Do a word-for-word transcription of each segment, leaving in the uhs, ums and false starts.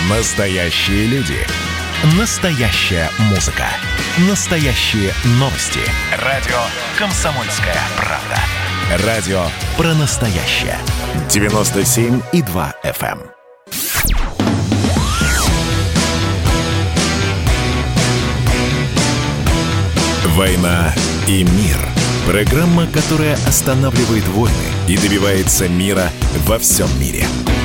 Настоящие люди. Настоящая музыка. Настоящие новости. Радио «Комсомольская правда». Радио про настоящее. девяносто семь и два эф эм. «Война и мир». Программа, которая останавливает войны и добивается мира во всем мире.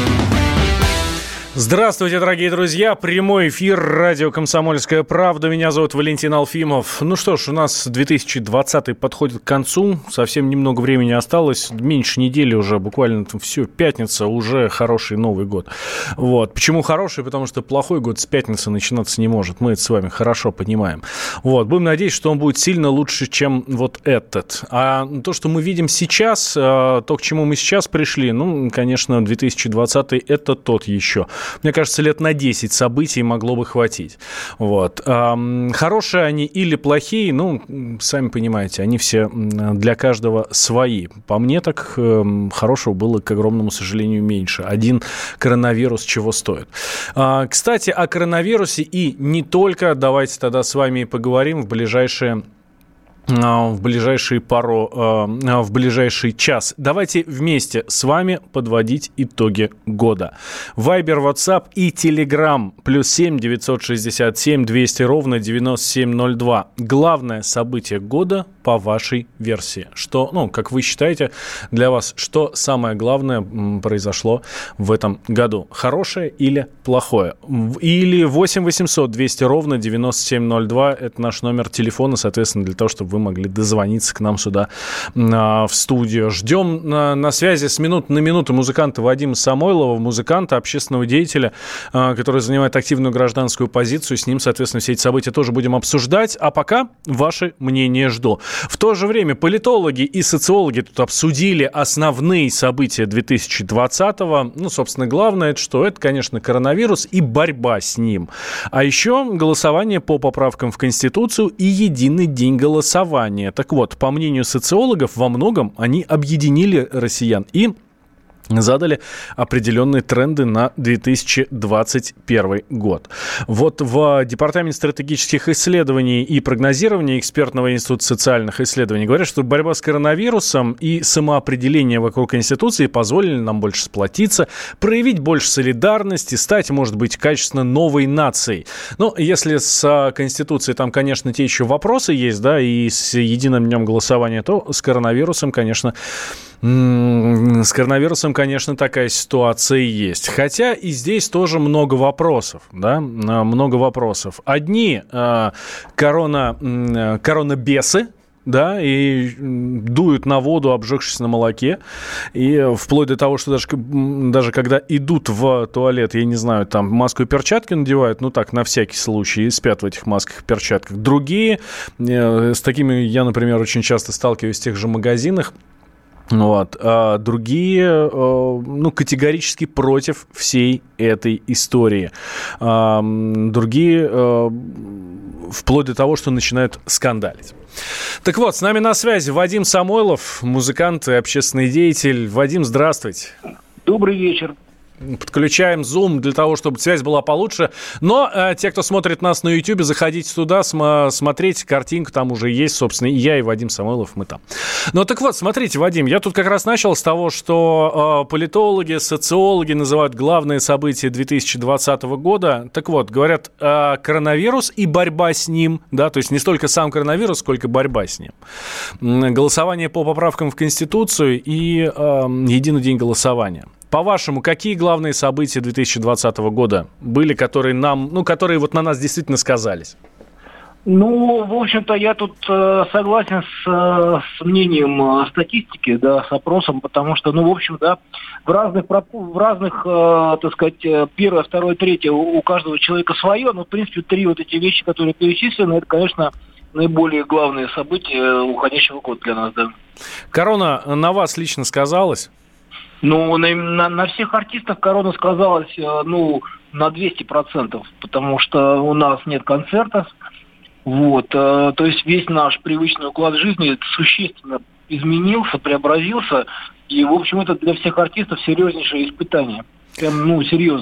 Здравствуйте, дорогие друзья. Прямой эфир радио «Комсомольская правда». Меня зовут Валентин Алфимов. Ну что ж, у нас две тысячи двадцатый подходит к концу. Совсем немного времени осталось. Меньше недели уже, буквально там все, пятница, уже хороший Новый год. Вот. Почему хороший? Потому что плохой год с пятницы начинаться не может. Мы это с вами хорошо понимаем. Вот. Будем надеяться, что он будет сильно лучше, чем вот этот. А то, что мы видим сейчас, то, к чему мы сейчас пришли, ну, конечно, две тысячи двадцатый это тот еще. Мне кажется, лет на десять событий могло бы хватить. Вот. Хорошие они или плохие, ну, сами понимаете, они все для каждого свои. По мне так хорошего было, к огромному сожалению, меньше. Один коронавирус чего стоит. Кстати, о коронавирусе и не только. Давайте тогда с вами поговорим в ближайшие... в ближайшие пару, в ближайший час. Давайте вместе с вами подводить итоги года. Вайбер, WhatsApp и Telegram. Плюс семь девятьсот шестьдесят семь двести ровно девяносто семь ноль два. Главное событие года по вашей версии. Что, ну, как вы считаете, для вас, что самое главное произошло в этом году? Хорошее или плохое? Или восемь восемьсот двести ровно девяносто семь ноль два. Это наш номер телефона, соответственно, для того, чтобы вы могли дозвониться к нам сюда а, в студию. Ждем на, на связи с минуты на минуту музыканта Вадима Самойлова, музыканта, общественного деятеля, а, который занимает активную гражданскую позицию. С ним, соответственно, все эти события тоже будем обсуждать. А пока ваше мнение жду. В то же время политологи и социологи тут обсудили основные события две тысячи двадцатого. Ну, собственно, главное, это что? Это, конечно, коронавирус и борьба с ним. А еще голосование по поправкам в Конституцию и единый день голосования. Так вот, по мнению социологов, во многом они объединили россиян и задали определенные тренды на две тысячи двадцать первый год. Вот в Департаменте стратегических исследований и прогнозирования Экспертного института социальных исследований говорят, что борьба с коронавирусом и самоопределение вокруг Конституции позволили нам больше сплотиться, проявить больше солидарности, стать, может быть, качественно новой нацией. Но если с Конституцией там, конечно, те еще вопросы есть, да, и с единым днем голосования, то с коронавирусом, конечно, С коронавирусом, конечно, такая ситуация есть. Хотя и здесь тоже много вопросов, да, много вопросов. Одни э, корона, э, коронабесы, да, и дуют на воду, обжегшись на молоке, и вплоть до того, что даже, даже когда идут в туалет, я не знаю, там маску и перчатки надевают, ну так, на всякий случай, и спят в этих масках и перчатках. Другие, э, с такими я, например, очень часто сталкиваюсь в тех же магазинах, вот. А другие, ну, категорически против всей этой истории. А другие вплоть до того, что начинают скандалить. Так вот, с нами на связи Вадим Самойлов, музыкант и общественный деятель. Вадим, здравствуйте. Добрый вечер. Подключаем Zoom для того, чтобы связь была получше. Но э, те, кто смотрит нас на YouTube, заходите туда, см- смотреть, картинка там уже есть, собственно, и я, и Вадим Самойлов, мы там. Ну так вот, смотрите, Вадим, я тут как раз начал с того, что э, политологи, социологи называют главные события две тысячи двадцатого года. Так вот, говорят, э, коронавирус и борьба с ним, да, то есть не столько сам коронавирус, сколько борьба с ним. Голосование по поправкам в Конституцию и э, единый день голосования. По-вашему, какие главные события две тысячи двадцатого года были, которые нам, ну, которые вот на нас действительно сказались? Ну, в общем-то, я тут э, согласен с, э, с мнением э, статистики, да, с опросом, потому что, ну, в общем, да, в разных, в разных э, так сказать, первое, второе, третье у, у каждого человека свое, но, в принципе, три вот эти вещи, которые перечислены, это, конечно, наиболее главные события уходящего года для нас, да. Корона на вас лично сказалась? Ну, на, на, на всех артистов корона сказалась, ну, на двести процентов, потому что у нас нет концертов, вот, то есть весь наш привычный уклад жизни существенно изменился, преобразился, и, в общем, это для всех артистов серьезнейшее испытание, прям, ну, серьезное.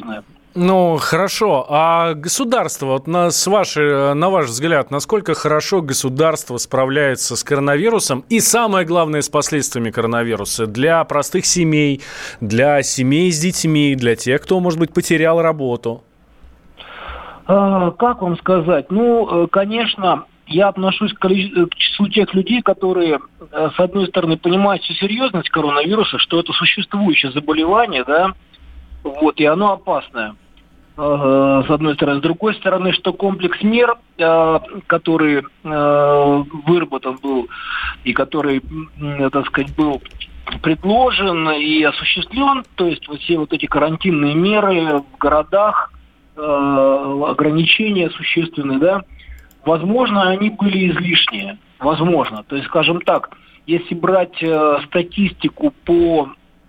Ну, хорошо. А государство, вот на, с вашей, на ваш взгляд, насколько хорошо государство справляется с коронавирусом и, самое главное, с последствиями коронавируса для простых семей, для семей с детьми, для тех, кто, может быть, потерял работу? А, как вам сказать? Ну, конечно, я отношусь к числу тех людей, которые, с одной стороны, понимают всю серьезность коронавируса, что это существующее заболевание, да, вот, и оно опасное, с одной стороны. С другой стороны, что комплекс мер, который выработан был и который, так сказать, был предложен и осуществлен, то есть вот все вот эти карантинные меры в городах, ограничения существенные, да, возможно, они были излишние. Возможно. То есть, скажем так, если брать статистику по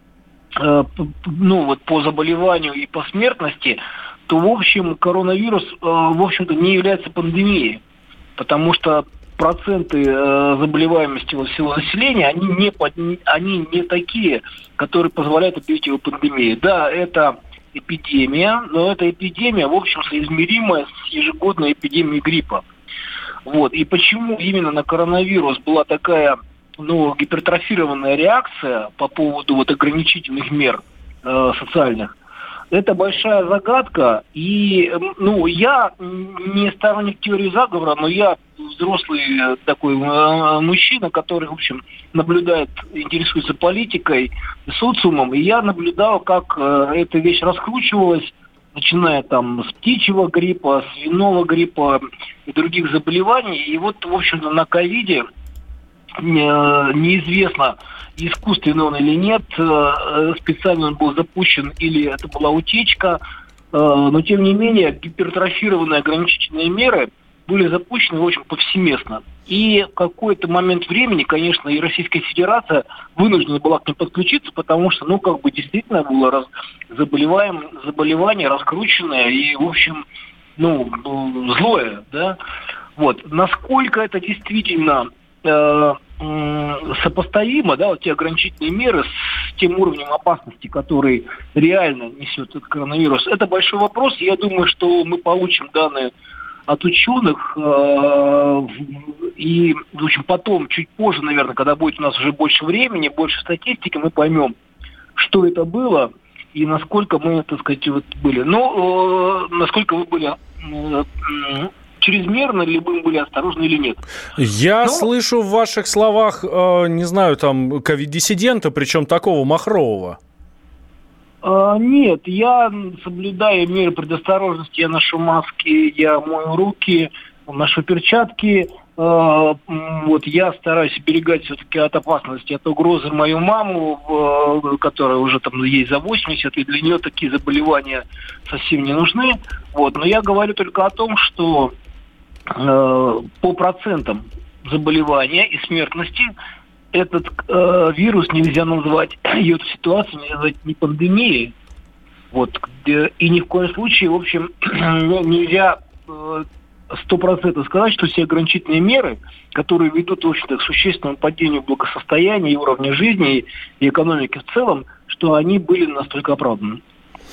ну, вот, по заболеванию и по смертности, то, в общем, коронавирус, в общем-то, не является пандемией, потому что проценты заболеваемости всего населения, они не, они не такие, которые позволяют объявить его пандемией. Да, это эпидемия, но эта эпидемия, в общем, соизмеримая с ежегодной эпидемией гриппа. Вот. И почему именно на коронавирус была такая ну, гипертрофированная реакция по поводу вот ограничительных мер э, социальных, это большая загадка. И, ну, я не сторонник теории заговора, но я взрослый такой э, мужчина, который, в общем, наблюдает, интересуется политикой, социумом, и я наблюдал, как э, эта вещь раскручивалась, начиная там с птичьего гриппа, свиного гриппа и других заболеваний. И вот, в общем-то, на ковиде неизвестно, искусственный он или нет, специально он был запущен или это была утечка, но тем не менее гипертрофированные ограничительные меры были запущены, в общем, повсеместно. И в какой-то момент времени, конечно, и Российская Федерация вынуждена была к ним подключиться, потому что, ну, как бы действительно было раз... заболеваем... заболевание раскрученное и, в общем, ну, злое, да. Вот. Насколько это действительно э, э, сопоставимо, да, вот те ограничительные меры с тем уровнем опасности, который реально несет этот коронавирус, это большой вопрос. Я думаю, что мы получим данные от ученых, э, и, в общем, потом, чуть позже, наверное, когда будет у нас уже больше времени, больше статистики, мы поймем, что это было и насколько мы, так сказать, вот были. Ну, э, насколько вы были э, э, чрезмерно, либо мы были осторожны или нет. Я Но... слышу в ваших словах, э, не знаю, там, ковид-диссидента, причем такого махрового. Нет, я соблюдаю меры предосторожности, я ношу маски, я мою руки, ношу перчатки. Вот я стараюсь оберегать все-таки от опасности, от угрозы мою маму, которая уже там ей за восемьдесят, и для нее такие заболевания совсем не нужны. Вот, но я говорю только о том, что э, по процентам заболевания и смертности этот э, вирус нельзя назвать, и эту ситуацию нельзя назвать не пандемией. Вот, и ни в коем случае, в общем, нельзя сто процентов сказать, что все ограничительные меры, которые ведут, в общем-то, к существенному падению благосостояния и уровня жизни, и экономики в целом, что они были настолько оправданы.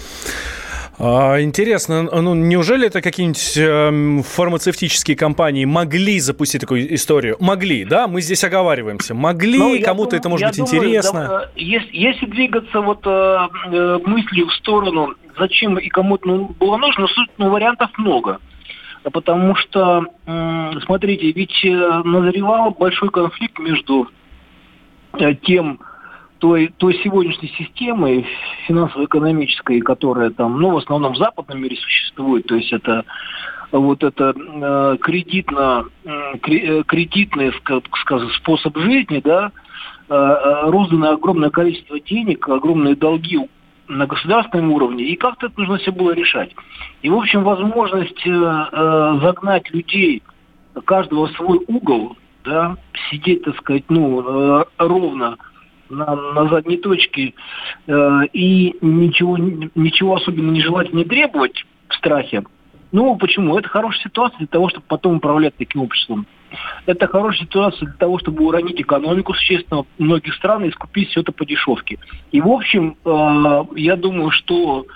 Интересно, ну неужели это какие-нибудь э, фармацевтические компании могли запустить такую историю? Могли, да? Мы здесь оговариваемся. Могли, ну, кому-то дум, это может быть думаю, интересно. Да, если, если двигаться вот э, мыслью в сторону, зачем и кому-то ну, было нужно, ну, вариантов много. Потому что, э, смотрите, ведь назревал большой конфликт между э, тем, Той, той сегодняшней системой финансово-экономической, которая там, ну, в основном в западном мире существует, то есть это вот это э, кредитно, э, кредитный, скажем, способ жизни, да, э, роздано огромное количество денег, огромные долги на государственном уровне, и как-то это нужно все было решать. И, в общем, возможность э, э, загнать людей, каждого в свой угол, да, сидеть, так сказать, ну, э, ровно, На, на задней точке э, и ничего, ничего особенно не желать, не требовать в страхе. Ну, почему? Это хорошая ситуация для того, чтобы потом управлять таким обществом. Это хорошая ситуация для того, чтобы уронить экономику существенно многих стран и скупить все это по дешевке. И, в общем, э, я думаю, что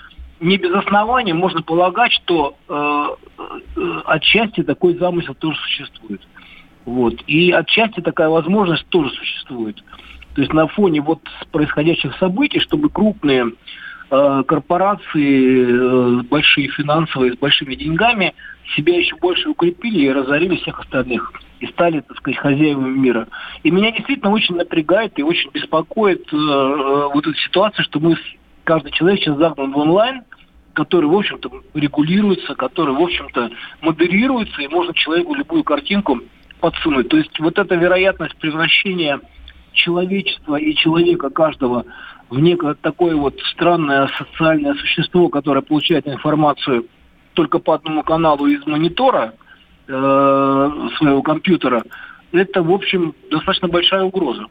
не без основания можно полагать, что э, э, отчасти такой замысел тоже существует. Вот. И отчасти такая возможность тоже существует. То есть на фоне вот происходящих событий, чтобы крупные э, корпорации, э, большие финансовые, с большими деньгами, себя еще больше укрепили и разорили всех остальных. И стали, так сказать, хозяевами мира. И меня действительно очень напрягает и очень беспокоит э, э, вот эта ситуация, что мы, каждый человек сейчас загнан в онлайн, который, в общем-то, регулируется, который, в общем-то, модерируется, и можно человеку любую картинку подсунуть. То есть вот эта вероятность превращения человечества и человека каждого в некое такое вот странное социальное существо, которое получает информацию только по одному каналу из монитора э, своего компьютера, это, в общем, достаточно большая угроза.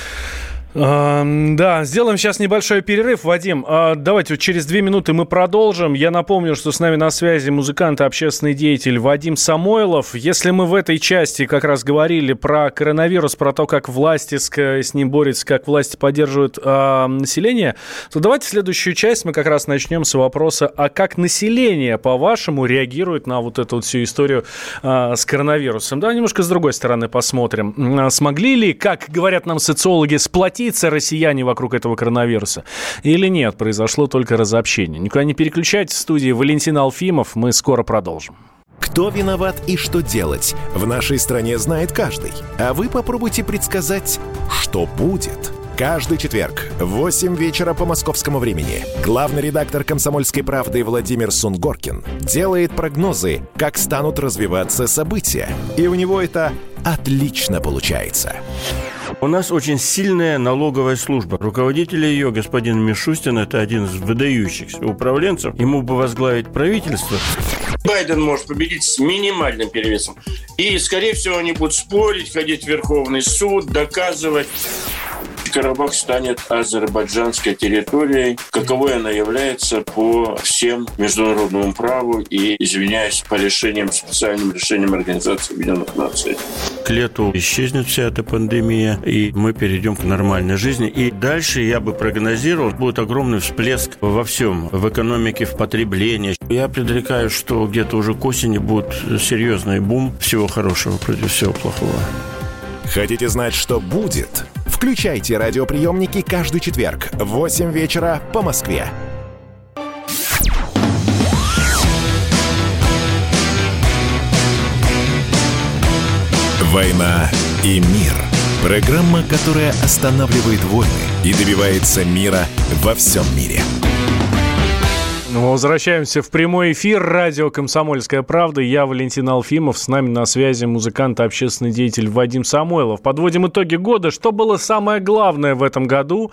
Да, сделаем сейчас небольшой перерыв. Вадим, давайте через две минуты мы продолжим. Я напомню, что с нами на связи музыкант и общественный деятель Вадим Самойлов. Если мы в этой части как раз говорили про коронавирус, про то, как власти с, с ним борются, как власти поддерживают а, население, то давайте следующую часть мы как раз начнем с вопроса, а как население, по-вашему, реагирует на вот эту вот всю историю а, с коронавирусом. Да, немножко с другой стороны посмотрим. А, смогли ли, как говорят нам социологи, сплотить россияне вокруг этого коронавируса? Или нет, произошло только разобщение? Никуда не переключайтесь. В студии Валентин Алфимов. Мы скоро продолжим. Кто виноват и что делать, в нашей стране знает каждый. А вы попробуйте предсказать, что будет. Каждый четверг в восемь вечера по московскому времени главный редактор «Комсомольской правды» Владимир Сунгоркин делает прогнозы, как станут развиваться события. И у него это отлично получается. У нас очень сильная налоговая служба. Руководитель ее, господин Мишустин, это один из выдающихся управленцев. Ему бы возглавить правительство. Байден может победить с минимальным перевесом. И, скорее всего, они будут спорить, ходить в Верховный суд, доказывать. Карабах станет азербайджанской территорией, каковой она является по всем международному праву и, извиняюсь, по решениям, специальным решениям Организации Объединенных Наций. К лету исчезнет вся эта пандемия, и мы перейдем к нормальной жизни. И дальше, я бы прогнозировал, будет огромный всплеск во всем, в экономике, в потреблении. Я предрекаю, что где-то уже к осени будет серьезный бум. Всего хорошего против всего плохого. Хотите знать, что будет? Включайте радиоприемники каждый четверг в восемь вечера по Москве. «Война и мир» – программа, которая останавливает войны и добивается мира во всем мире. Возвращаемся в прямой эфир. Радио «Комсомольская правда». Я Валентин Алфимов. С нами на связи музыкант и общественный деятель Вадим Самойлов. Подводим итоги года. Что было самое главное в этом году?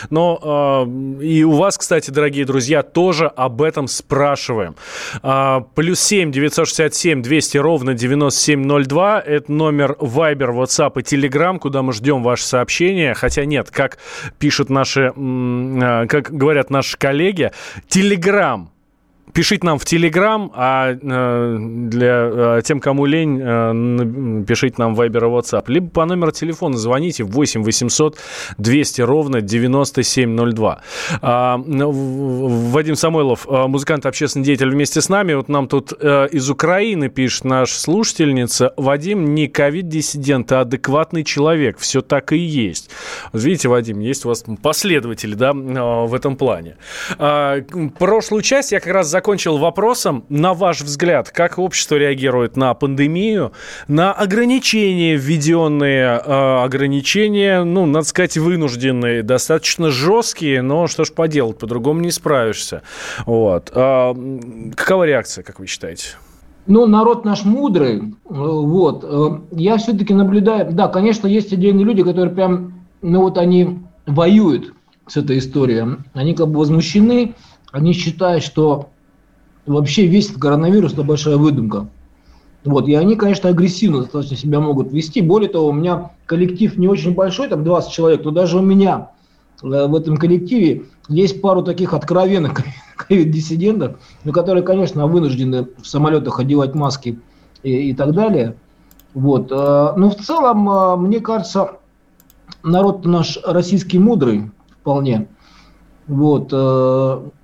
Но э, и у вас, кстати, дорогие друзья, тоже об этом спрашиваем. Э, плюс семь девятьсот шестьдесят семь двести ровно девяносто семь ноль два. Это номер Viber, WhatsApp и Telegram, куда мы ждем ваши сообщения. Хотя нет, как пишут наши, э, как говорят наши коллеги, Telegram. Пишите нам в Telegram, а э, для э, тем, кому лень, э, пишите нам в Viber и WhatsApp. Либо по номеру телефона звоните восемь восемьсот двести ровно девяносто семь ноль два. А, Вадим Самойлов, музыкант, общественный деятель, вместе с нами. Вот нам тут э, из Украины пишет наша слушательница: Вадим не ковид-диссидент, а адекватный человек. Все так и есть. Вот видите, Вадим, есть у вас последователи, да, в этом плане. А, прошлую часть я как раз закончил Закончил вопросом, на ваш взгляд, как общество реагирует на пандемию, на ограничения, введенные э, ограничения, ну, надо сказать, вынужденные, достаточно жесткие, но что ж поделать, по-другому не справишься. Вот. А, какова реакция, как вы считаете? Ну, народ наш мудрый, вот, я все-таки наблюдаю, да, конечно, есть отдельные люди, которые прям, ну, вот они воюют с этой историей, они как бы возмущены, они считают, что вообще весь этот коронавирус – это большая выдумка. Вот, и они, конечно, агрессивно достаточно себя могут вести. Более того, у меня коллектив не очень большой, там двадцать человек, но даже у меня в этом коллективе есть пару таких откровенных ковид-диссидентов, которые, конечно, вынуждены в самолетах одевать маски и, и так далее. Вот. Но в целом, мне кажется, народ наш российский мудрый вполне. Вот.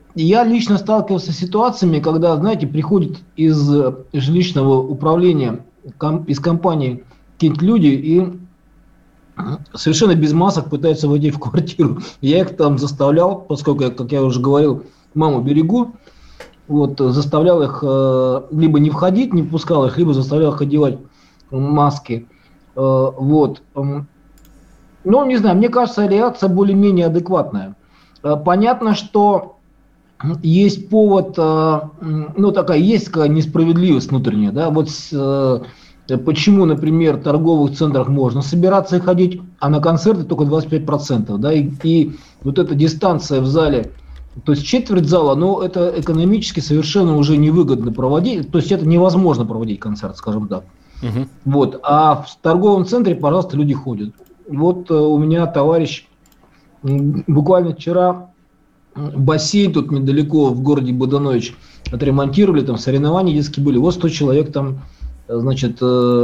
я лично сталкивался с ситуациями, когда, знаете, приходят из жилищного управления, из компании какие-то люди и совершенно без масок пытаются войти в квартиру. Я их там заставлял, поскольку, как я уже говорил, маму берегу, вот, заставлял их э, либо не входить, не пускал их, либо заставлял их одевать маски. Э, вот. Ну, не знаю, мне кажется, реакция более-менее адекватная. Э, понятно, что есть повод, э, ну, такая, есть такая несправедливость внутренняя, да, вот э, почему, например, в торговых центрах можно собираться и ходить, а на концерты только двадцать пять процентов, да, и, и вот эта дистанция в зале, то есть четверть зала, но это экономически совершенно уже невыгодно проводить, то есть это невозможно проводить концерт, скажем так. Uh-huh. Вот, а в торговом центре, пожалуйста, люди ходят. Вот у меня товарищ буквально вчера бассейн тут недалеко в городе Боданович отремонтировали, там соревнования детские были, вот сто человек там, значит,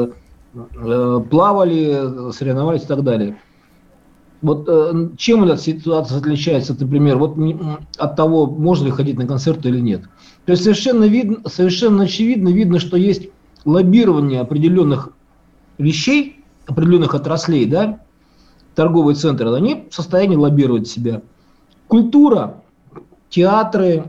плавали, соревновались и так далее. Вот э, чем эта ситуация отличается, например, вот от того, можно ли ходить на концерты или нет. То есть совершенно, видно, совершенно очевидно видно, что есть лоббирование определенных вещей, определенных отраслей, да, торговые центры, они в состоянии лоббировать себя. Культура, театры,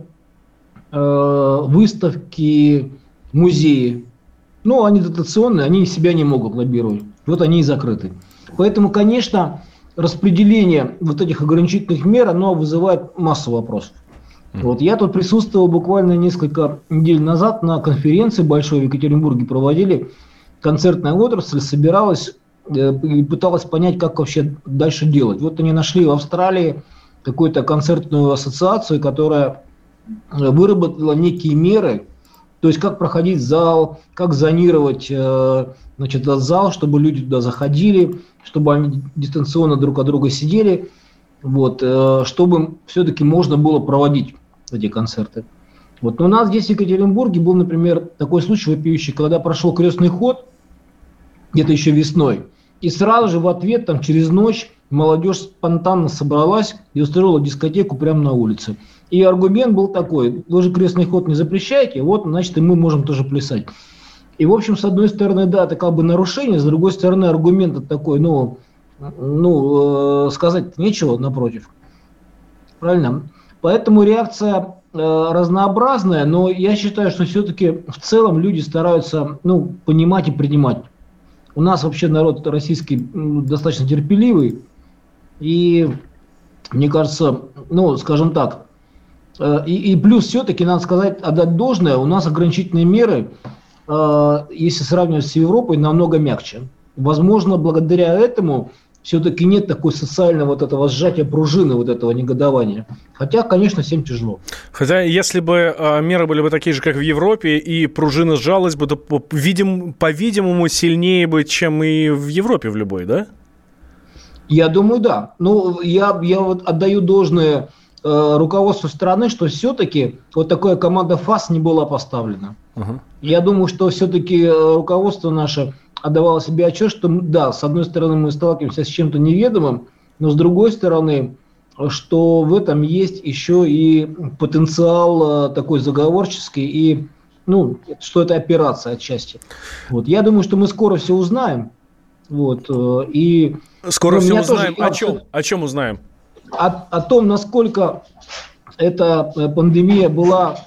э, выставки, музеи, ну, они дотационные, они себя не могут лоббировать. Вот они и закрыты. Поэтому, конечно, распределение вот этих ограничительных мер, оно вызывает массу вопросов. Mm-hmm. Вот я тут присутствовал буквально несколько недель назад на конференции большой в Екатеринбурге, проводили, концертная отрасль собиралась э, и пыталась понять, как вообще дальше делать. Вот они нашли в Австралии какую-то концертную ассоциацию, которая выработала некие меры, то есть как проходить зал, как зонировать э, значит, этот зал, чтобы люди туда заходили, чтобы они дистанционно друг от друга сидели, вот, э, чтобы все-таки можно было проводить эти концерты. Вот. Но у нас здесь в Екатеринбурге был, например, такой случай вопиющий, когда прошел крестный ход, где-то еще весной, и сразу же в ответ, там, через ночь, молодежь спонтанно собралась и устроила дискотеку прямо на улице. И аргумент был такой: вы же крестный ход не запрещаете, вот, значит, и мы можем тоже плясать. И, в общем, с одной стороны, да, это как бы нарушение, с другой стороны, аргумент такой, ну, ну э, сказать нечего напротив. Правильно? Поэтому реакция э, разнообразная, но я считаю, что все-таки в целом люди стараются, ну, понимать и принимать. У нас вообще народ российский ну, достаточно терпеливый, и, мне кажется, ну, скажем так, э, и, и плюс все-таки, надо сказать, отдать должное, у нас ограничительные меры, если сравнивать с Европой, намного мягче. Возможно, благодаря этому все-таки нет такой социального вот этого сжатия пружины, вот этого негодования. Хотя, конечно, всем тяжело. Хотя, если бы э, меры были бы такие же, как в Европе, и пружина сжалась бы, то, видим, по-видимому, сильнее бы, чем и в Европе в любой, да? Я думаю, да. Ну, я, я вот отдаю должное э, руководству страны, что все-таки вот такая команда ФАС не была поставлена. Uh-huh. Я думаю, что все-таки руководство наше отдавало себе отчет, что да, с одной стороны мы сталкиваемся с чем-то неведомым, но с другой стороны, что в этом есть еще и потенциал такой заговорческий, и ну, что это операция отчасти. Вот. Я думаю, что мы скоро все узнаем. Вот. И, скоро ну, все узнаем. Тоже, о чем? О чем узнаем? О, о том, насколько эта пандемия была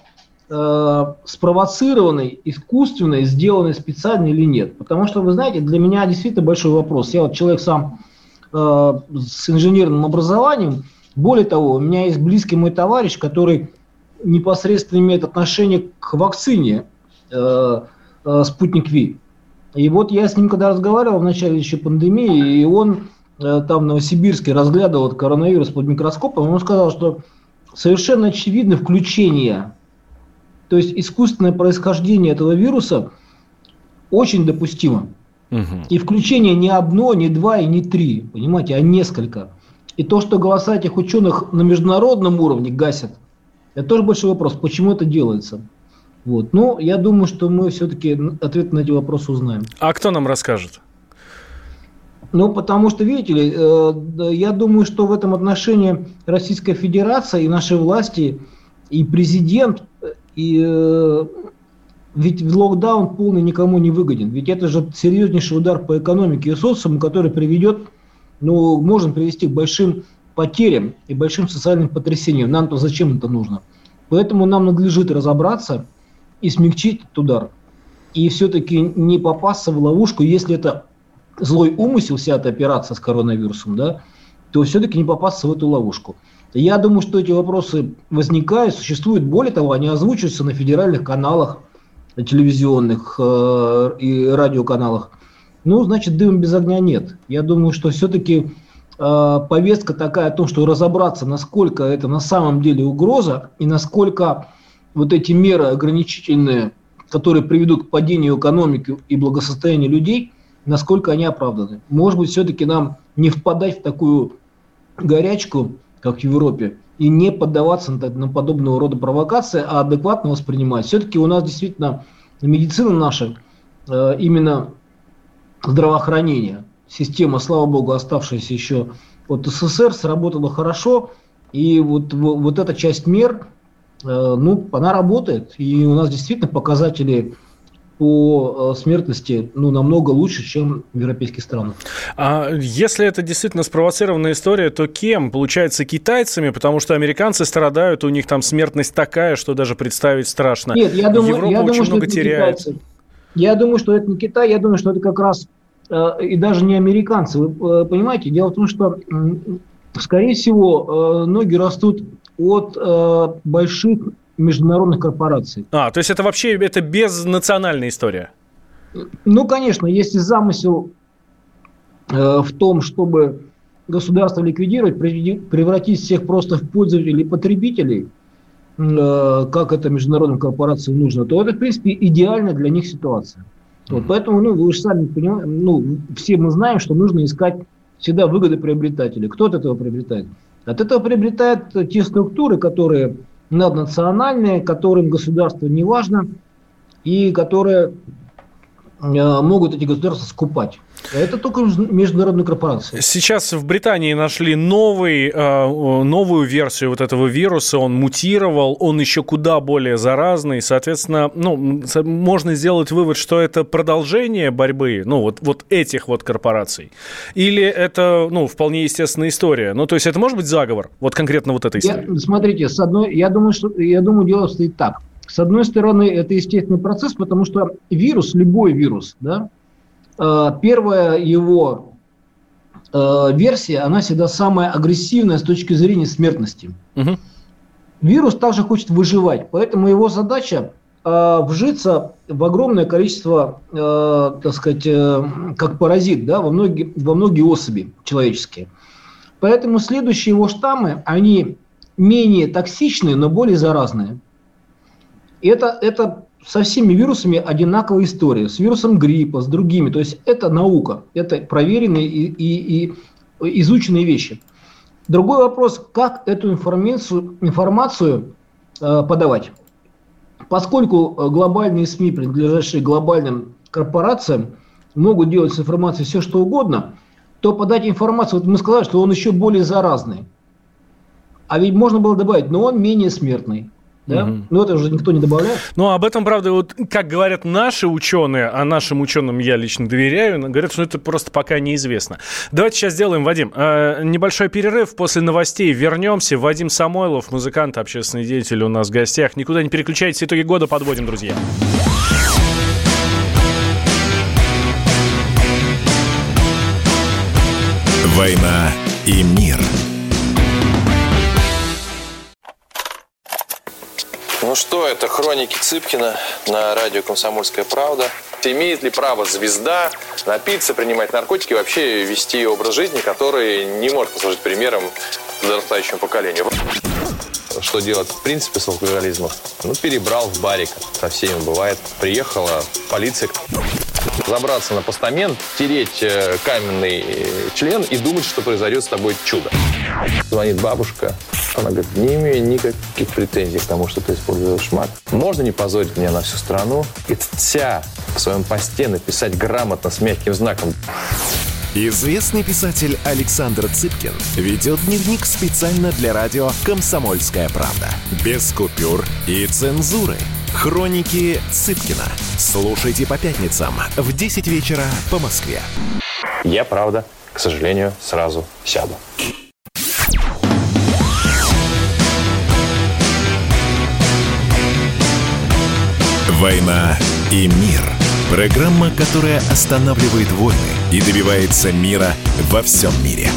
спровоцированной, искусственной, сделанной специально или нет. Потому что, вы знаете, для меня действительно большой вопрос. Я вот человек сам э, с инженерным образованием. Более того, у меня есть близкий мой товарищ, который непосредственно имеет отношение к вакцине э, э, «Спутник Ви». И вот я с ним когда разговаривал в начале еще пандемии, и он э, там в Новосибирске разглядывал коронавирус под микроскопом, он сказал, что совершенно очевидно включение. То есть искусственное происхождение этого вируса очень допустимо. Угу. И включение не одно, не два и не три, понимаете, а несколько. И то, что голоса этих ученых на международном уровне гасят, это тоже большой вопрос, почему это делается. Вот. Но я думаю, что мы все-таки ответ на эти вопросы узнаем. А кто нам расскажет? Ну, потому что, видите ли, э, я думаю, что в этом отношении Российская Федерация и наши власти и президент, и э, ведь локдаун полный никому не выгоден. Ведь это же серьезнейший удар по экономике и социуму, который приведет, ну, может привести к большим потерям и большим социальным потрясениям. Нам-то зачем это нужно? Поэтому нам надлежит разобраться и смягчить этот удар. И все-таки не попасться в ловушку, если это злой умысел, вся эта операция с коронавирусом, да, то все-таки не попасться в эту ловушку. Я думаю, что эти вопросы возникают, существуют. Более того, они озвучиваются на федеральных каналах, телевизионных э, и радиоканалах. Ну, значит, дыма без огня нет. Я думаю, что все-таки э, повестка такая о том, что разобраться, насколько это на самом деле угроза и насколько вот эти меры ограничительные, которые приведут к падению экономики и благосостоянию людей, насколько они оправданы. Может быть, все-таки нам не впадать в такую горячку, как в Европе, и не поддаваться на, на подобного рода провокации, а адекватно воспринимать. Все-таки у нас действительно медицина наша, э, именно здравоохранение, система, слава богу, оставшаяся еще от СССР, сработала хорошо, и вот, вот, вот эта часть мер, э, ну, она работает, и у нас действительно показатели по смертности, ну, намного лучше, чем в европейских странах. А если это действительно спровоцированная история, то кем? Получается, китайцами, потому что американцы страдают, у них там смертность такая, что даже представить страшно. Нет, я думаю, Европа я очень думаю, много что теряет. Китайцы. Я думаю, что это не Китай, я думаю, что это как раз э, и даже не американцы. Вы э, понимаете, дело в том, что, э, скорее всего, э, ноги растут от э, больших международных корпораций. А, то есть это вообще это безнациональная история? Ну, конечно, если замысел э, в том, чтобы государство ликвидировать, превратить всех просто в пользователей и потребителей, э, как это международным корпорациям нужно, то это, в принципе, идеальная для них ситуация. Mm-hmm. Вот, поэтому, ну, вы же сами понимаете, ну, все мы знаем, что нужно искать всегда выгоды приобретателей. Кто от этого приобретает? От этого приобретают те структуры, которые наднациональные, которым государство не важно, и которые э, могут эти государства скупать. Это только международные корпорации. Сейчас в Британии нашли новый, э, новую версию вот этого вируса. Он мутировал, он еще куда более заразный. Соответственно, ну, можно сделать вывод, что это продолжение борьбы, ну, вот, вот этих вот корпораций. Или это, ну, вполне естественная история. Ну, то есть это может быть заговор? Вот конкретно вот эта история. Я, смотрите, с одной, я думаю, что я думаю, дело стоит так. С одной стороны, это естественный процесс, потому что вирус, любой вирус, да, первая его э, версия, она всегда самая агрессивная с точки зрения смертности. Угу. Вирус также хочет выживать, поэтому его задача э, вжиться в огромное количество, э, так сказать, э, как паразит, да, во многие, во многие особи человеческие. Поэтому следующие его штаммы, они менее токсичные, но более заразные. И это, это со всеми вирусами одинаковая история. С вирусом гриппа, с другими. То есть это наука. Это проверенные и, и, и изученные вещи. Другой вопрос, как эту информацию, информацию э, подавать. Поскольку глобальные СМИ, принадлежащие глобальным корпорациям, могут делать с информацией все, что угодно, то подать информацию, вот мы сказали, что он еще более заразный. А ведь можно было добавить, но он менее смертный. Да? Угу. Но это уже никто не добавляет. Ну, об этом, правда, вот, как говорят наши ученые, а нашим ученым я лично доверяю, говорят, что это просто пока неизвестно. Давайте сейчас сделаем, Вадим, э, небольшой перерыв, после новостей вернемся. Вадим Самойлов, музыкант, общественный деятель у нас в гостях. Никуда не переключайтесь, итоги года подводим, друзья. «Война и мир». Ну что, это хроники Цыпкина на радио «Комсомольская правда». Имеет ли право звезда напиться, принимать наркотики и вообще вести образ жизни, который не может послужить примером подрастающему поколению? Что делать в принципе с алкоголизмом? Ну, перебрал в барик, со всеми бывает. Приехала полиция. Забраться на постамент, тереть каменный член и думать, что произойдет с тобой чудо. Звонит бабушка. Она говорит, не имею никаких претензий к тому, что ты используешь мат. Можно не позорить меня на всю страну и вся в своем посте написать грамотно с мягким знаком. Известный писатель Александр Цыпкин ведет дневник специально для радио «Комсомольская правда». Без купюр и цензуры. Хроники Цыпкина. Слушайте по пятницам в десять вечера по Москве. Я, правда, к сожалению, сразу сяду. «Война и мир». Программа, которая останавливает войны и добивается мира во всем мире.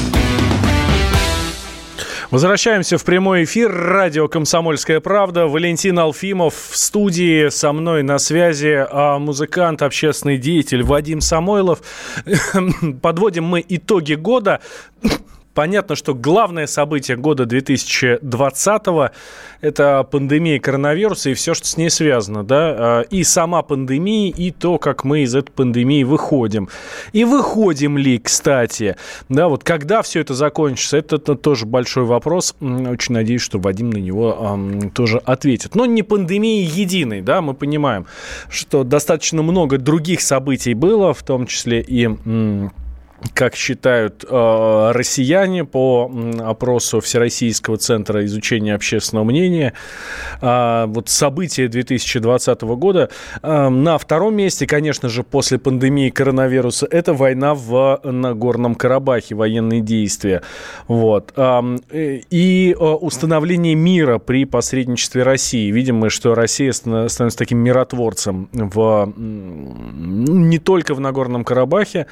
Возвращаемся в прямой эфир. Радио «Комсомольская правда». Валентин Алфимов в студии. Со мной на связи а музыкант, общественный деятель Вадим Самойлов. Подводим мы итоги года. Понятно, что главное событие года две тысячи двадцатого – это пандемия коронавируса и все, что с ней связано, да, и сама пандемия, и то, как мы из этой пандемии выходим. И выходим ли, кстати, да, вот когда все это закончится, это, это тоже большой вопрос. Очень надеюсь, что Вадим на него эм, тоже ответит. Но не пандемия единой, да, мы понимаем, что достаточно много других событий было, в том числе и... М- как считают э, россияне по м, опросу Всероссийского центра изучения общественного мнения, э, вот события две тысячи двадцатого года. Э, на втором месте, конечно же, после пандемии коронавируса, это война в Нагорном Карабахе, военные действия. Вот. Э, и э, установление мира при посредничестве России. Видим мы, что Россия становится таким миротворцем в, не только в Нагорном Карабахе,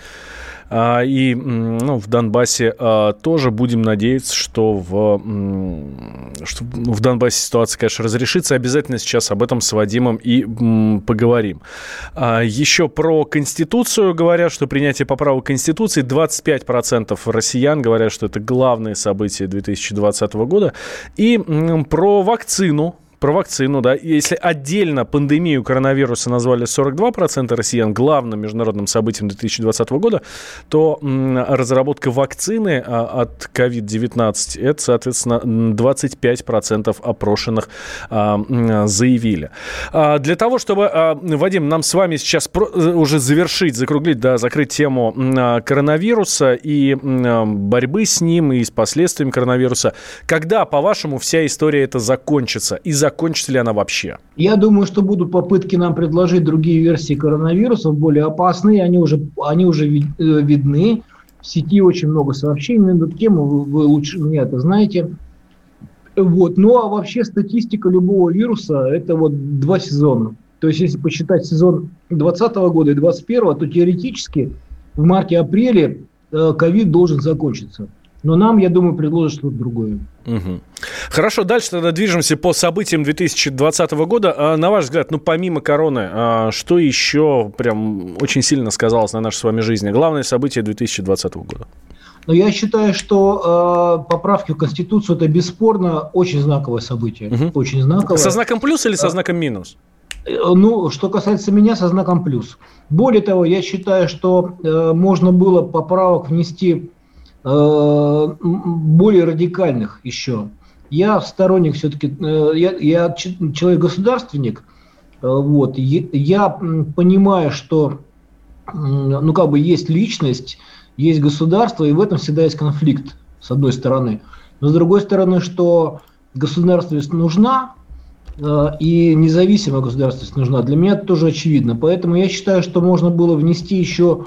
и ну, в Донбассе а, тоже будем надеяться, что в, что в Донбассе ситуация, конечно, разрешится. Обязательно сейчас об этом с Вадимом и м, поговорим. А, еще про Конституцию говорят, что принятие поправок Конституции, двадцать пять процентов россиян говорят, что это главное событие две тысячи двадцатого года. И м, про вакцину. Про вакцину, да. Если отдельно пандемию коронавируса назвали сорок два процента россиян главным международным событием две тысячи двадцатого года, то м, разработка вакцины а, от ковид девятнадцать, это, соответственно, двадцать пять процентов опрошенных а, заявили. А, для того, чтобы, а, Вадим, нам с вами сейчас про, уже завершить, закруглить, да, закрыть тему а, коронавируса и а, борьбы с ним, и с последствиями коронавируса, когда, по-вашему, вся история эта закончится? И за Закончится ли она вообще? Я думаю, что будут попытки нам предложить другие версии коронавирусов, более опасные. Они уже, они уже видны. В сети очень много сообщений на эту тему. Вы, вы лучше меня это знаете. Вот. Ну, а вообще статистика любого вируса – это вот два сезона. То есть, если посчитать сезон двадцатого года и двадцать первого, то теоретически в марте-апреле ковид должен закончиться. Но нам, я думаю, предложат что-то другое. Угу. Хорошо, дальше тогда движемся по событиям две тысячи двадцатого года. А, на ваш взгляд, ну помимо короны, а, что еще прям очень сильно сказалось на нашей с вами жизни? Главное событие две тысячи двадцатого года. Но я считаю, что э, поправки в Конституцию – это бесспорно очень знаковое событие. Угу. Очень знаковое. Со знаком плюс или со а, знаком минус? Ну, что касается меня, со знаком плюс. Более того, я считаю, что э, можно было поправок внести более радикальных еще. Я сторонник все-таки, я, я человек-государственник, вот, я понимаю, что ну, как бы есть личность, есть государство, и в этом всегда есть конфликт, с одной стороны. Но с другой стороны, что государственность нужна, и независимая государственность нужна, для меня это тоже очевидно. Поэтому я считаю, что можно было внести еще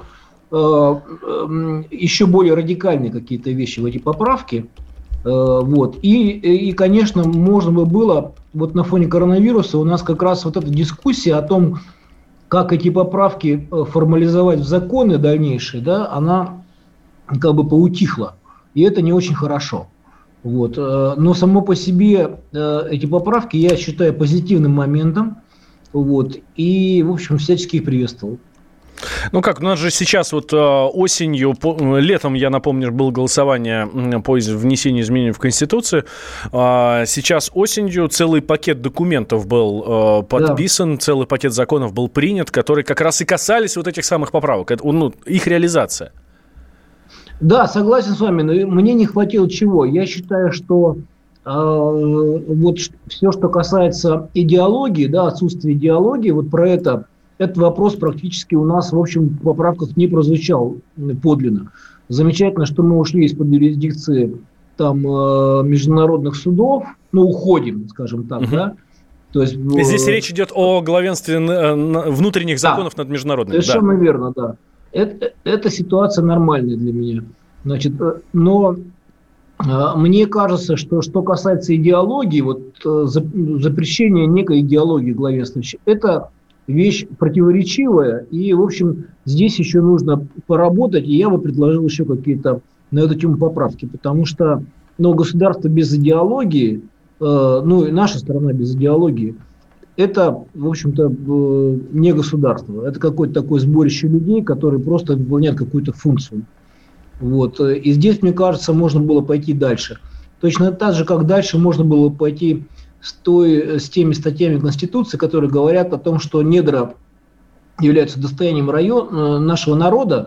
еще более радикальные какие-то вещи в эти поправки. Вот. И, и, конечно, можно бы было, вот на фоне коронавируса у нас как раз вот эта дискуссия о том, как эти поправки формализовать в законы дальнейшие, да, она как бы поутихла. И это не очень хорошо. Вот. Но само по себе эти поправки я считаю позитивным моментом. Вот. И, в общем, всячески их приветствовал. Ну как, у нас же сейчас вот осенью, летом, я напомню, было голосование по внесению изменений в Конституцию. Сейчас осенью целый пакет документов был подписан, да. Целый пакет законов был принят, которые как раз и касались вот этих самых поправок. Это, ну, их реализация. Да, согласен с вами, но мне не хватило чего. Я считаю, что э, вот все, что касается идеологии, да, отсутствия идеологии, вот про это этот вопрос практически у нас, в общем, в поправках не прозвучал подлинно. Замечательно, что мы ушли из-под юрисдикции там, международных судов, ну, уходим, скажем так, угу. да. То есть, здесь речь идет о главенстве внутренних законов да, над международными. Совершенно да. верно, да. Это, эта ситуация нормальная для меня. Значит, но мне кажется, что что касается идеологии, вот запрещение некой идеологии главенствующей, это вещь противоречивая, и, в общем, здесь еще нужно поработать, и я бы предложил еще какие-то на эту тему поправки, потому что ну, государство без идеологии, ну и наша страна без идеологии, это, в общем-то, не государство. Это какое-то такое сборище людей, которые просто выполняют какую-то функцию. Вот. И здесь, мне кажется, можно было пойти дальше. Точно так же, как дальше можно было пойти с, той, с теми статьями Конституции, которые говорят о том, что недра являются достоянием район, нашего народа,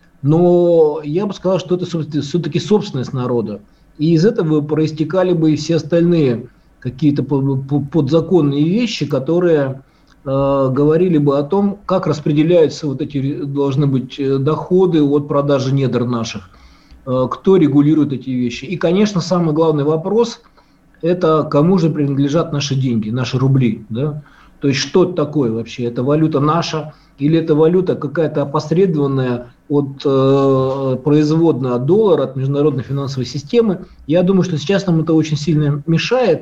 но я бы сказал, что это все-таки собственность народа. И из этого проистекали бы и все остальные какие-то подзаконные вещи, которые э, говорили бы о том, как распределяются вот эти должны быть доходы от продажи недр наших, э, кто регулирует эти вещи. И, конечно, самый главный вопрос – это кому же принадлежат наши деньги, наши рубли. Да? То есть что это такое вообще? Это валюта наша или это валюта какая-то опосредованная от э, производная от доллара, от международной финансовой системы? Я думаю, что сейчас нам это очень сильно мешает,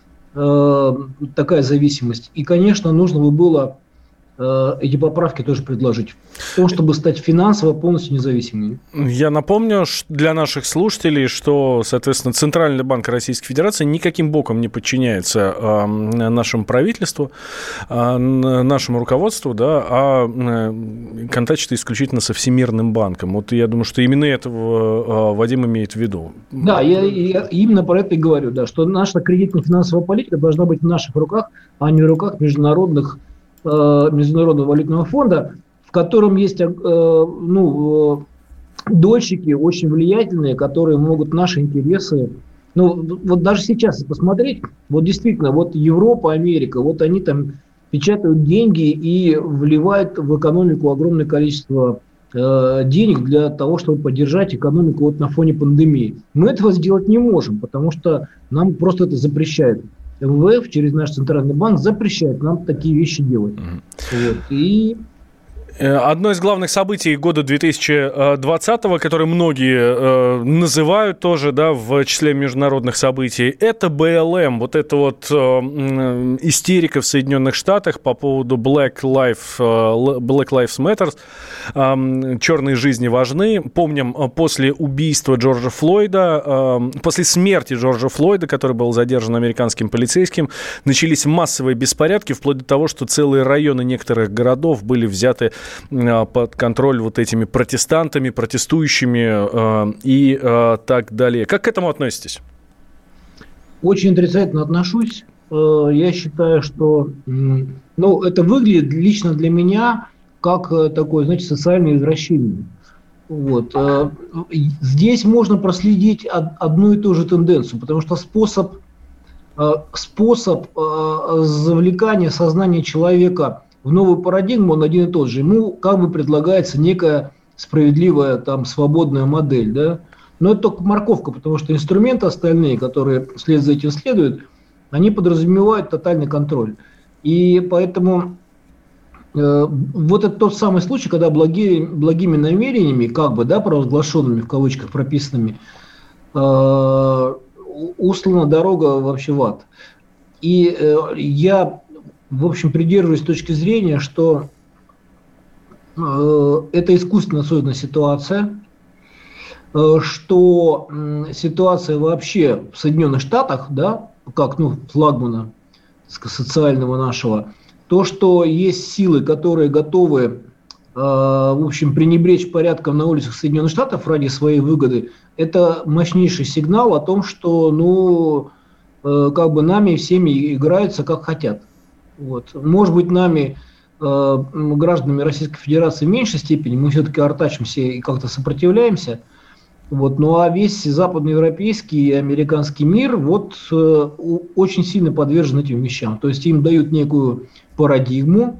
такая зависимость. И, конечно, нужно бы было э, эти поправки тоже предложить. В том, чтобы стать финансово полностью независимыми. Я напомню для наших слушателей, что, соответственно, Центральный банк Российской Федерации никаким боком не подчиняется э, нашему правительству, э, нашему руководству, да, а э, контачит исключительно со Всемирным банком. Вот я думаю, что именно этого э, Вадим имеет в виду. Да, я, я именно про это и говорю, да, что наша кредитно-финансовая политика должна быть в наших руках, а не в руках международных, э, Международного валютного фонда, в котором есть э, ну, э, дольщики очень влиятельные, которые могут наши интересы... Ну, вот даже сейчас, если посмотреть, вот действительно, вот Европа, Америка, вот они там печатают деньги и вливают в экономику огромное количество э, денег для того, чтобы поддержать экономику вот на фоне пандемии. Мы этого сделать не можем, потому что нам просто это запрещает. эм вэ эф через наш Центральный банк запрещает нам такие вещи делать. Mm-hmm. Вот. И... Одно из главных событий года две тысячи двадцатого, которое многие э, называют тоже, да, в числе международных событий, это бэ эл эм. Вот это вот э, истерика в Соединенных Штатах по поводу Black Lives, э, Black Lives Matter. Э, черные жизни важны. Помним, после убийства Джорджа Флойда, э, после смерти Джорджа Флойда, который был задержан американским полицейским, начались массовые беспорядки, вплоть до того, что целые районы некоторых городов были взяты под контроль вот этими протестантами, протестующими э, и э, так далее. Как к этому относитесь? Очень отрицательно отношусь. Э, я считаю, что ну, это выглядит лично для меня как такое, знаете, социальное извращение. Вот. Э, здесь можно проследить одну и ту же тенденцию, потому что способ, э, способ э, завлекания сознания человека в новую парадигму, он один и тот же. Ему как бы предлагается некая справедливая, там, свободная модель, да. Но это только морковка, потому что инструменты остальные, которые вслед за этим следуют, они подразумевают тотальный контроль. И поэтому э, вот это тот самый случай, когда благие, благими намерениями, как бы, да, провозглашенными, в кавычках прописанными, э, услана дорога вообще в ад. И э, я... В общем, придерживаюсь точки зрения, что э, это искусственно созданная ситуация, э, что э, ситуация вообще в Соединенных Штатах, да, как ну, флагмана социального нашего, то, что есть силы, которые готовы, э, в общем, пренебречь порядком на улицах Соединенных Штатов ради своей выгоды, это мощнейший сигнал о том, что, ну, э, как бы нами всеми играются как хотят. Вот. Может быть, нами, э, гражданами Российской Федерации, в меньшей степени, мы все-таки артачимся и как-то сопротивляемся. Вот. Ну а весь западноевропейский и американский мир вот, э, очень сильно подвержен этим вещам. То есть им дают некую парадигму,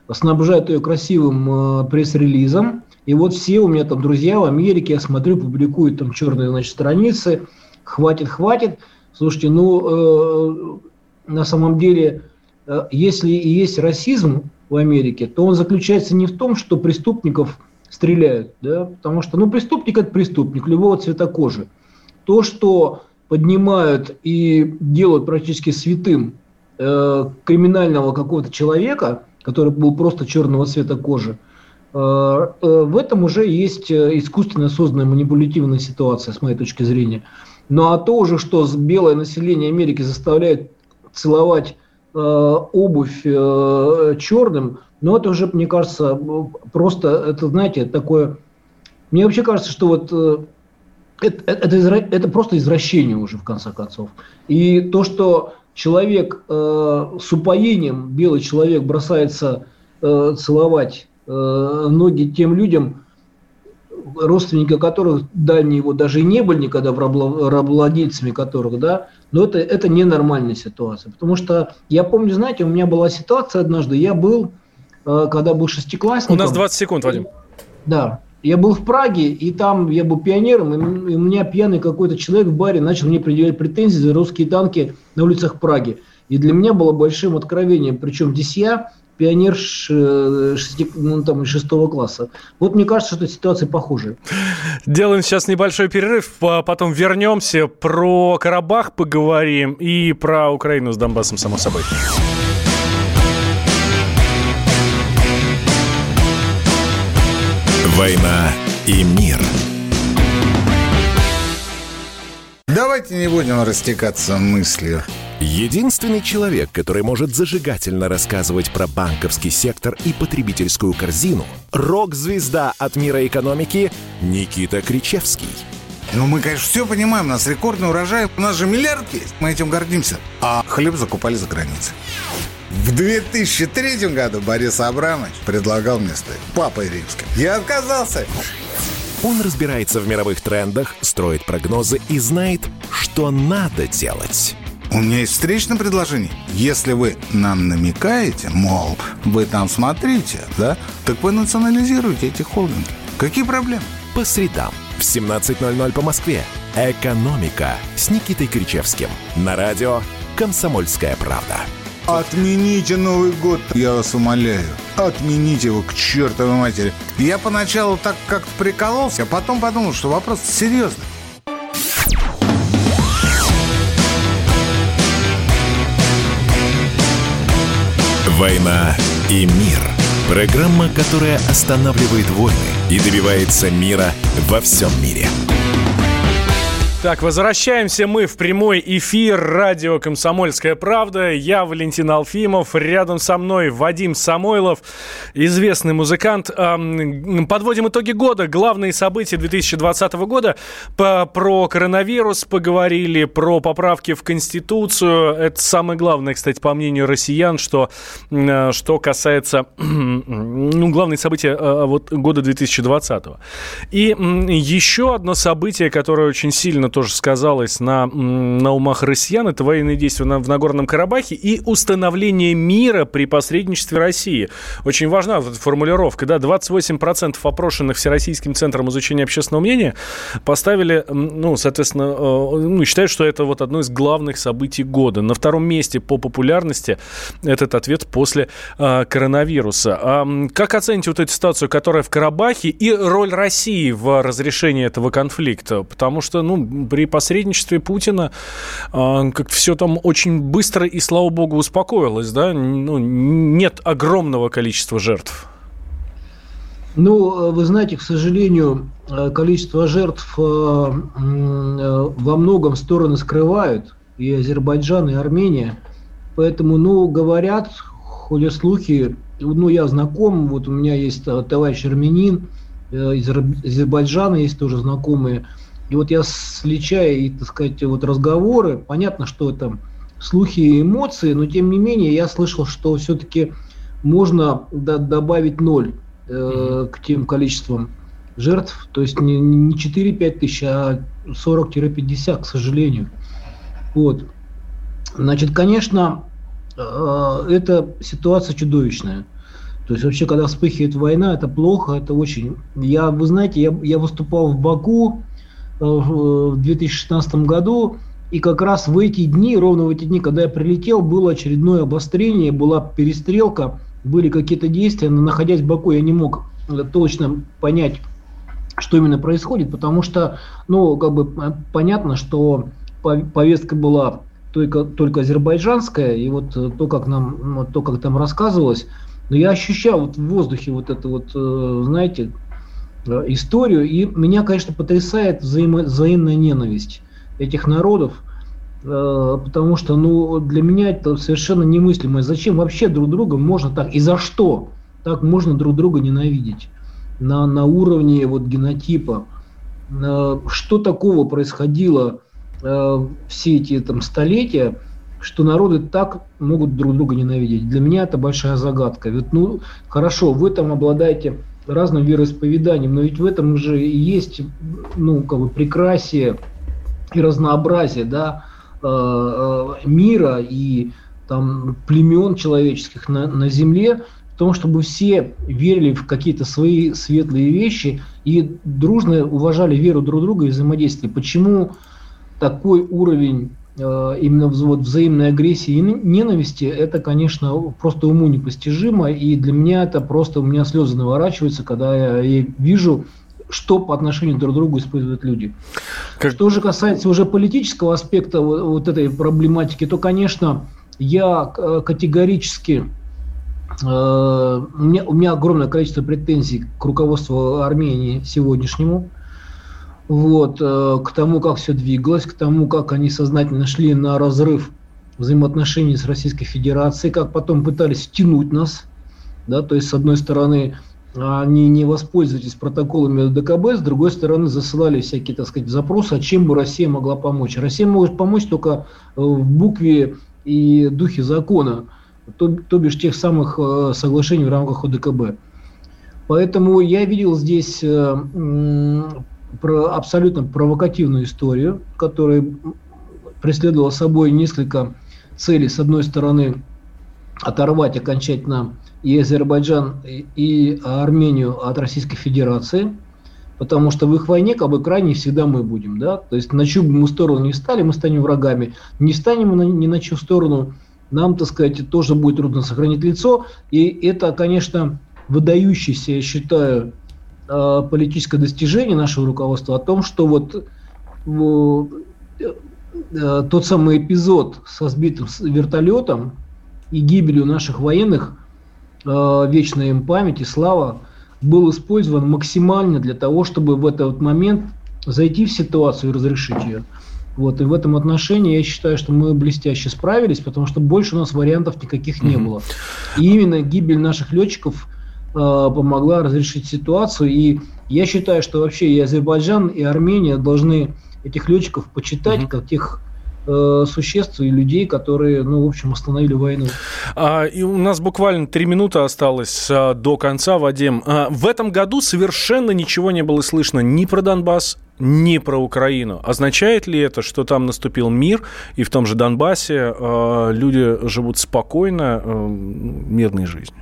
снабжают ее красивым э, пресс-релизом. И вот все у меня там друзья в Америке, я смотрю, публикуют там черные, значит, страницы. Хватит, хватит. Слушайте, ну, э, на самом деле, э, если и есть расизм в Америке, то он заключается не в том, что преступников стреляют, да, потому что, ну, преступник – это преступник любого цвета кожи. То, что поднимают и делают практически святым э, криминального какого-то человека, который был просто черного цвета кожи, э, э, в этом уже есть искусственно созданная манипулятивная ситуация, с моей точки зрения. Ну а то уже, что белое население Америки заставляет целовать э, обувь э, черным, ну это уже, мне кажется, просто, это, знаете, такое... Мне вообще кажется, что вот э, это, это, это просто извращение уже, в конце концов. И то, что человек э, с упоением, белый человек, бросается э, целовать э, ноги тем людям, родственники которых дальние его даже и не были никогда рабовладельцами которых, да, но это, это ненормальная ситуация. Потому что я помню, знаете, у меня была ситуация однажды, я был, когда был шестиклассником. У нас двадцать секунд, Вадим. Да, я был в Праге, и там я был пионером, и у меня пьяный какой-то человек в баре начал мне предъявлять претензии за русские танки на улицах Праги. И для меня было большим откровением, причем здесь я, пионер шести, ну, там, шестого класса. Вот мне кажется, что ситуация похожая. Делаем сейчас небольшой перерыв, потом вернемся, про Карабах поговорим и про Украину с Донбассом, само собой. «Война и мир». Давайте не будем растекаться мыслью. Единственный человек, который может зажигательно рассказывать про банковский сектор и потребительскую корзину – рок-звезда от мира экономики Никита Кричевский. Ну, мы, конечно, все понимаем, у нас рекордный урожай, у нас же миллиард есть, мы этим гордимся. А хлеб закупали за границей. В две тысячи третьем году Борис Абрамович предлагал мне стать папой римским. Я отказался. Он разбирается в мировых трендах, строит прогнозы и знает, что надо делать. У меня есть встречное предложение. Если вы нам намекаете, мол, вы там смотрите, да, так вы национализируете эти холдинги. Какие проблемы? По средам в семнадцать ноль ноль по Москве. «Экономика» с Никитой Кричевским. На радио «Комсомольская правда». Отмените Новый год, я вас умоляю. Отмените его к чертовой матери. Я поначалу так как-то прикололся, а потом подумал, что вопрос серьезный. «Война и мир». Программа, которая останавливает войны и добивается мира во всем мире. Так, возвращаемся мы в прямой эфир радио «Комсомольская правда». Я Валентин Алфимов, рядом со мной Вадим Самойлов, известный музыкант. Подводим итоги года, главные события две тысячи двадцатого года. Про коронавирус поговорили, про поправки в Конституцию. Это самое главное, кстати, по мнению россиян, что, что касается ну, главные события вот, года две тысячи двадцатого. И еще одно событие, которое очень сильно тоже сказалось на, на умах россиян, это военные действия на, в Нагорном Карабахе и установление мира при посредничестве России. Очень важна вот эта формулировка. Да, двадцать восемь процентов опрошенных Всероссийским центром изучения общественного мнения поставили, ну, соответственно, ну, считают, что это вот одно из главных событий года. На втором месте по популярности этот ответ после э, коронавируса. А как оцените вот эту ситуацию, которая в Карабахе, и роль России в разрешении этого конфликта? Потому что, ну, при посредничестве Путина э, как все там очень быстро и, слава богу, успокоилось, да? Ну, нет огромного количества жертв. Ну, вы знаете, к сожалению, количество жертв э, э, во многом стороны скрывают, и Азербайджан, и Армения. Поэтому, ну, говорят, ходят слухи, ну, я знаком, вот у меня есть товарищ армянин, э, из Азербайджана есть тоже знакомые. И вот я, сличая и, так сказать, вот разговоры, понятно, что это слухи и эмоции, но тем не менее я слышал, что все-таки можно д- добавить ноль э, mm-hmm. к тем количествам жертв. То есть не, не четыре-пять тысяч, а сорок-пятьдесят, к сожалению. Вот. Значит, конечно, э, эта ситуация чудовищная. То есть вообще, когда вспыхивает война, это плохо, это очень... Я, вы знаете, я, я выступал в Баку в две тысячи шестнадцатом году, и как раз в эти дни, ровно в эти дни, когда я прилетел, было очередное обострение, была перестрелка, были какие-то действия, но находясь в Баку, я не мог точно понять, что именно происходит, потому что, ну, как бы понятно, что повестка была только, только азербайджанская, и вот то, как нам, то, как там рассказывалось, но я ощущал вот в воздухе вот эту вот, знаете, историю, и меня, конечно, потрясает взаимо, взаимная ненависть этих народов, потому что, ну, для меня это совершенно немыслимо. Зачем вообще друг друга можно так, и за что так можно друг друга ненавидеть на, на уровне вот генотипа? Что такого происходило все эти там столетия, что народы так могут друг друга ненавидеть? Для меня это большая загадка. Ведь, ну, хорошо, вы там обладаете разным вероисповеданием, но ведь в этом же и есть, ну, как бы прекрасие и разнообразие, да, мира и там племен человеческих на, на земле, в том, чтобы все верили в какие-то свои светлые вещи и дружно уважали веру друг друга и взаимодействие. Почему такой уровень э, именно вот, взаимной агрессии и ненависти, это, конечно, просто уму непостижимо, и для меня это просто, у меня слезы наворачиваются, когда я, я вижу, что по отношению друг к другу используют люди. Как... Что же касается уже политического аспекта вот, вот этой проблематики, то, конечно, я категорически... Э, у, меня, у меня огромное количество претензий к руководству Армении сегодняшнему. Вот, э, к тому, как все двигалось, к тому, как они сознательно шли на разрыв взаимоотношений с Российской Федерацией, как потом пытались втянуть нас. Да, то есть, с одной стороны, они не воспользовались протоколами ДКБ, с другой стороны, засылали всякие, так сказать, запросы, а чем бы Россия могла помочь. Россия может помочь только в букве и духе закона, то, то бишь тех самых э, соглашений в рамках ОДКБ. Поэтому я видел здесь э, про абсолютно провокативную историю, которая преследовала собой несколько целей. С одной стороны, оторвать окончательно и Азербайджан, и Армению от Российской Федерации, потому что в их войне, как бы, крайне всегда мы будем, да, то есть на чью бы мы сторону не встали, мы станем врагами, не встанем мы ни на чью сторону, нам, так сказать, тоже будет трудно сохранить лицо, и это, конечно, выдающееся, я считаю, политическое достижение нашего руководства о том, что вот тот самый эпизод со сбитым вертолетом и гибелью наших военных, вечная им память и слава, был использован максимально для того, чтобы в этот момент зайти в ситуацию и разрешить ее. Вот, и в этом отношении я считаю, что мы блестяще справились, потому что больше у нас вариантов никаких не было. И именно гибель наших летчиков э, помогла разрешить ситуацию. И я считаю, что вообще и Азербайджан, и Армения должны этих летчиков почитать, mm-hmm. как тех существ и людей, которые, ну, в общем, остановили войну. А, и у нас буквально три минуты осталось а, до конца, Вадим. А, в этом году совершенно ничего не было слышно ни про Донбасс, ни про Украину. Означает ли это, что там наступил мир, и в том же Донбассе а, люди живут спокойно, а, мирной жизнью?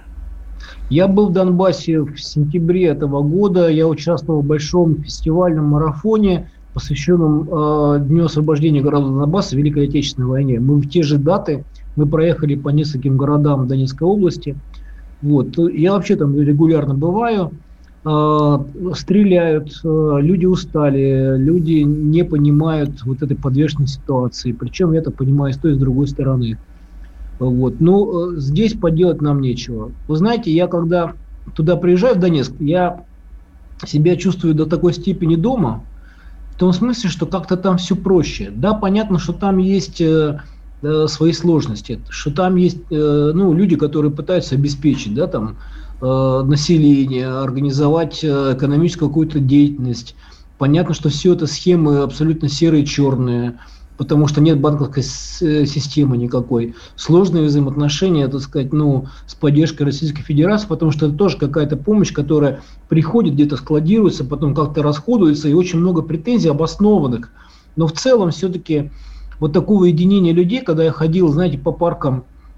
Я был в Донбассе в сентябре этого года. Я участвовал в большом фестивальном марафоне, посвященном э, Дню освобождения города Донбасса в Великой Отечественной войне. Мы в те же даты, мы проехали по нескольким городам Донецкой области. Вот. Я вообще там регулярно бываю. Э, стреляют, э, люди устали, люди не понимают вот этой подвешенной ситуации. Причем я это понимаю с той и с другой стороны. Вот. Но э, здесь поделать нам нечего. Вы знаете, я когда туда приезжаю, в Донецк, я себя чувствую до такой степени дома, в том смысле, что как-то там все проще. Да, понятно, что там есть э, э, свои сложности, что там есть э, ну, люди, которые пытаются обеспечить, да, там, э, население, организовать э, экономическую какую-то деятельность. Понятно, что все это схемы абсолютно серые, черные, потому что нет банковской системы никакой. Сложные взаимоотношения, так сказать, ну, с поддержкой Российской Федерации, потому что это тоже какая-то помощь, которая приходит, где-то складируется, потом как-то расходуется, и очень много претензий обоснованных. Но в целом все-таки вот такого единения людей, когда я ходил, знаете, по паркам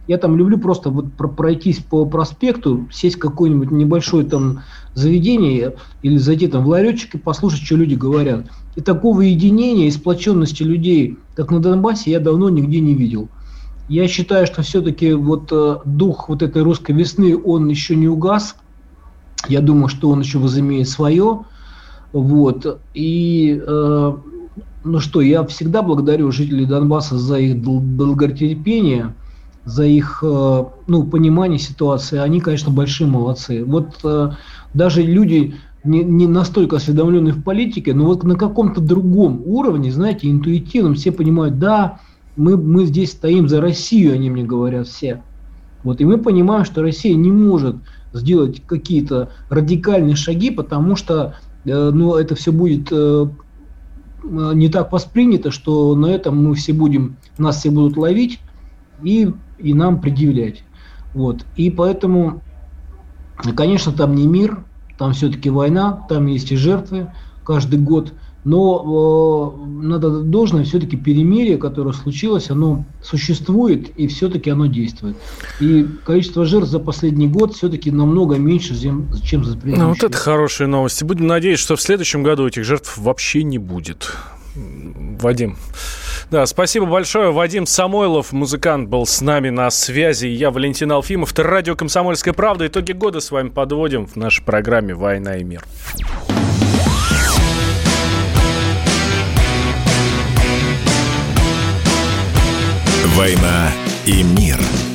Я там люблю просто вот пройтись по проспекту, сесть в какое-нибудь небольшое там заведение или зайти там в ларечек и послушать, что люди говорят. И такого единения и сплоченности людей, как на Донбассе, я давно нигде не видел. Я считаю, что все-таки вот э, дух вот этой русской весны, он еще не угас. Я думаю, что он еще возымеет свое. Вот. И, э, ну что, я всегда благодарю жителей Донбасса за их долготерпение, за их э, ну, понимание ситуации. Они, конечно, большие молодцы. Вот э, даже люди, не, не настолько осведомленные в политике, но вот на каком-то другом уровне, знаете, интуитивном, все понимают, да, мы, мы здесь стоим за Россию, они мне говорят все. Вот, и мы понимаем, что Россия не может сделать какие-то радикальные шаги, потому что э, ну, это все будет э, не так воспринято, что на этом мы все будем, нас все будут ловить и, и нам предъявлять. Вот. И поэтому, конечно, там не мир, там все-таки война, там есть и жертвы каждый год, но э, надо должное, все-таки перемирие, которое случилось, оно существует и все-таки оно действует. И количество жертв за последний год все-таки намного меньше, чем за предыдущий. Ну, вот это хорошие новости. Будем надеяться, что в следующем году этих жертв вообще не будет. Вадим. Да, спасибо большое. Вадим Самойлов, музыкант, был с нами на связи. Я Валентин Алфимов. Это радио «Комсомольская правда». Итоги года с вами подводим в нашей программе «Война и мир». «Война и мир».